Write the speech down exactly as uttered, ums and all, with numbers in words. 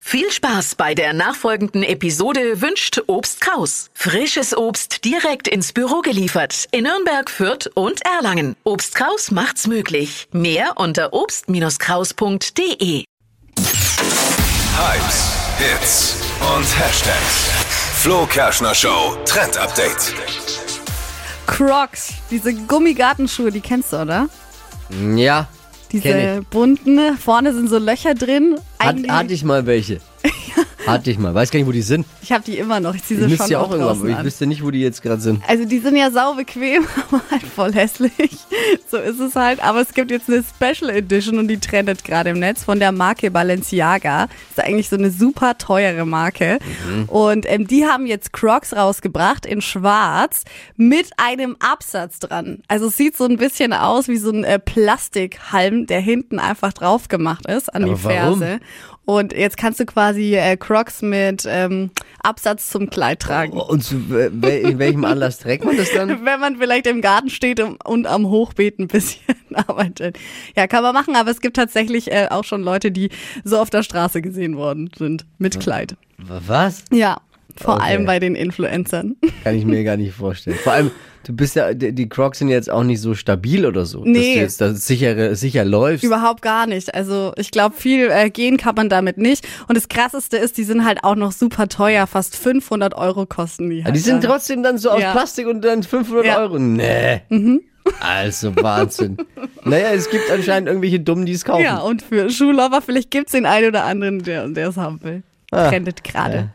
Viel Spaß bei der nachfolgenden Episode wünscht Obst Kraus. Frisches Obst direkt ins Büro geliefert in Nürnberg, Fürth und Erlangen. Obst Kraus macht's möglich. Mehr unter obst Kraus punkt de. Hypes, Hits und Hashtags. Flo Kerschner Show Trend Update. Crocs, diese Gummigartenschuhe, die kennst du, oder? Ja, Diese bunten, vorne sind so Löcher drin. Hat, hatte ich mal welche. Hatte ich mal. Weiß gar nicht, wo die sind. Ich habe die immer noch. Ich ziehe sie Ich schon müsste ja noch auch irgendwann, draußen aber ich an. wüsste nicht, wo die jetzt gerade sind. Also die sind ja sau bequem, aber halt voll hässlich. So ist es halt. Aber es gibt jetzt eine Special Edition und die trendet gerade im Netz von der Marke Balenciaga. Das ist eigentlich so eine super teure Marke. Mhm. Und ähm, die haben jetzt Crocs rausgebracht in schwarz mit einem Absatz dran. Also es sieht so ein bisschen aus wie so ein äh, Plastikhalm, der hinten einfach drauf gemacht ist an Aber die Ferse. warum? Und jetzt kannst du quasi äh, Crocs mit ähm, Absatz zum Kleid tragen. Und zu äh, wel- in welchem Anlass trägt man das dann? Wenn man vielleicht im Garten steht und, und am Hochbeet ein bisschen arbeitet. Ja, kann man machen, aber es gibt tatsächlich äh, auch schon Leute, die so auf der Straße gesehen worden sind mit Kleid. Was? Ja, vor Okay. allem bei den Influencern. Kann ich mir gar nicht vorstellen. Vor allem, du bist ja, die die Crocs sind jetzt auch nicht so stabil oder so. Dass Nee. du jetzt da sicher, sicher läufst. Überhaupt gar nicht. Also ich glaube, viel äh, gehen kann man damit nicht. Und das Krasseste ist, die sind halt auch noch super teuer. Fast fünfhundert Euro kosten die. Aber Halt die sind da. trotzdem dann so aus Ja. Plastik und dann fünfhundert Ja. Euro. Nee. Also Wahnsinn. Naja, es gibt anscheinend irgendwelche Dummen, die es kaufen. Ja, und für Schuhlover, vielleicht gibt's den einen oder anderen, der der es haben will. Ah. Trendet gerade. Ja.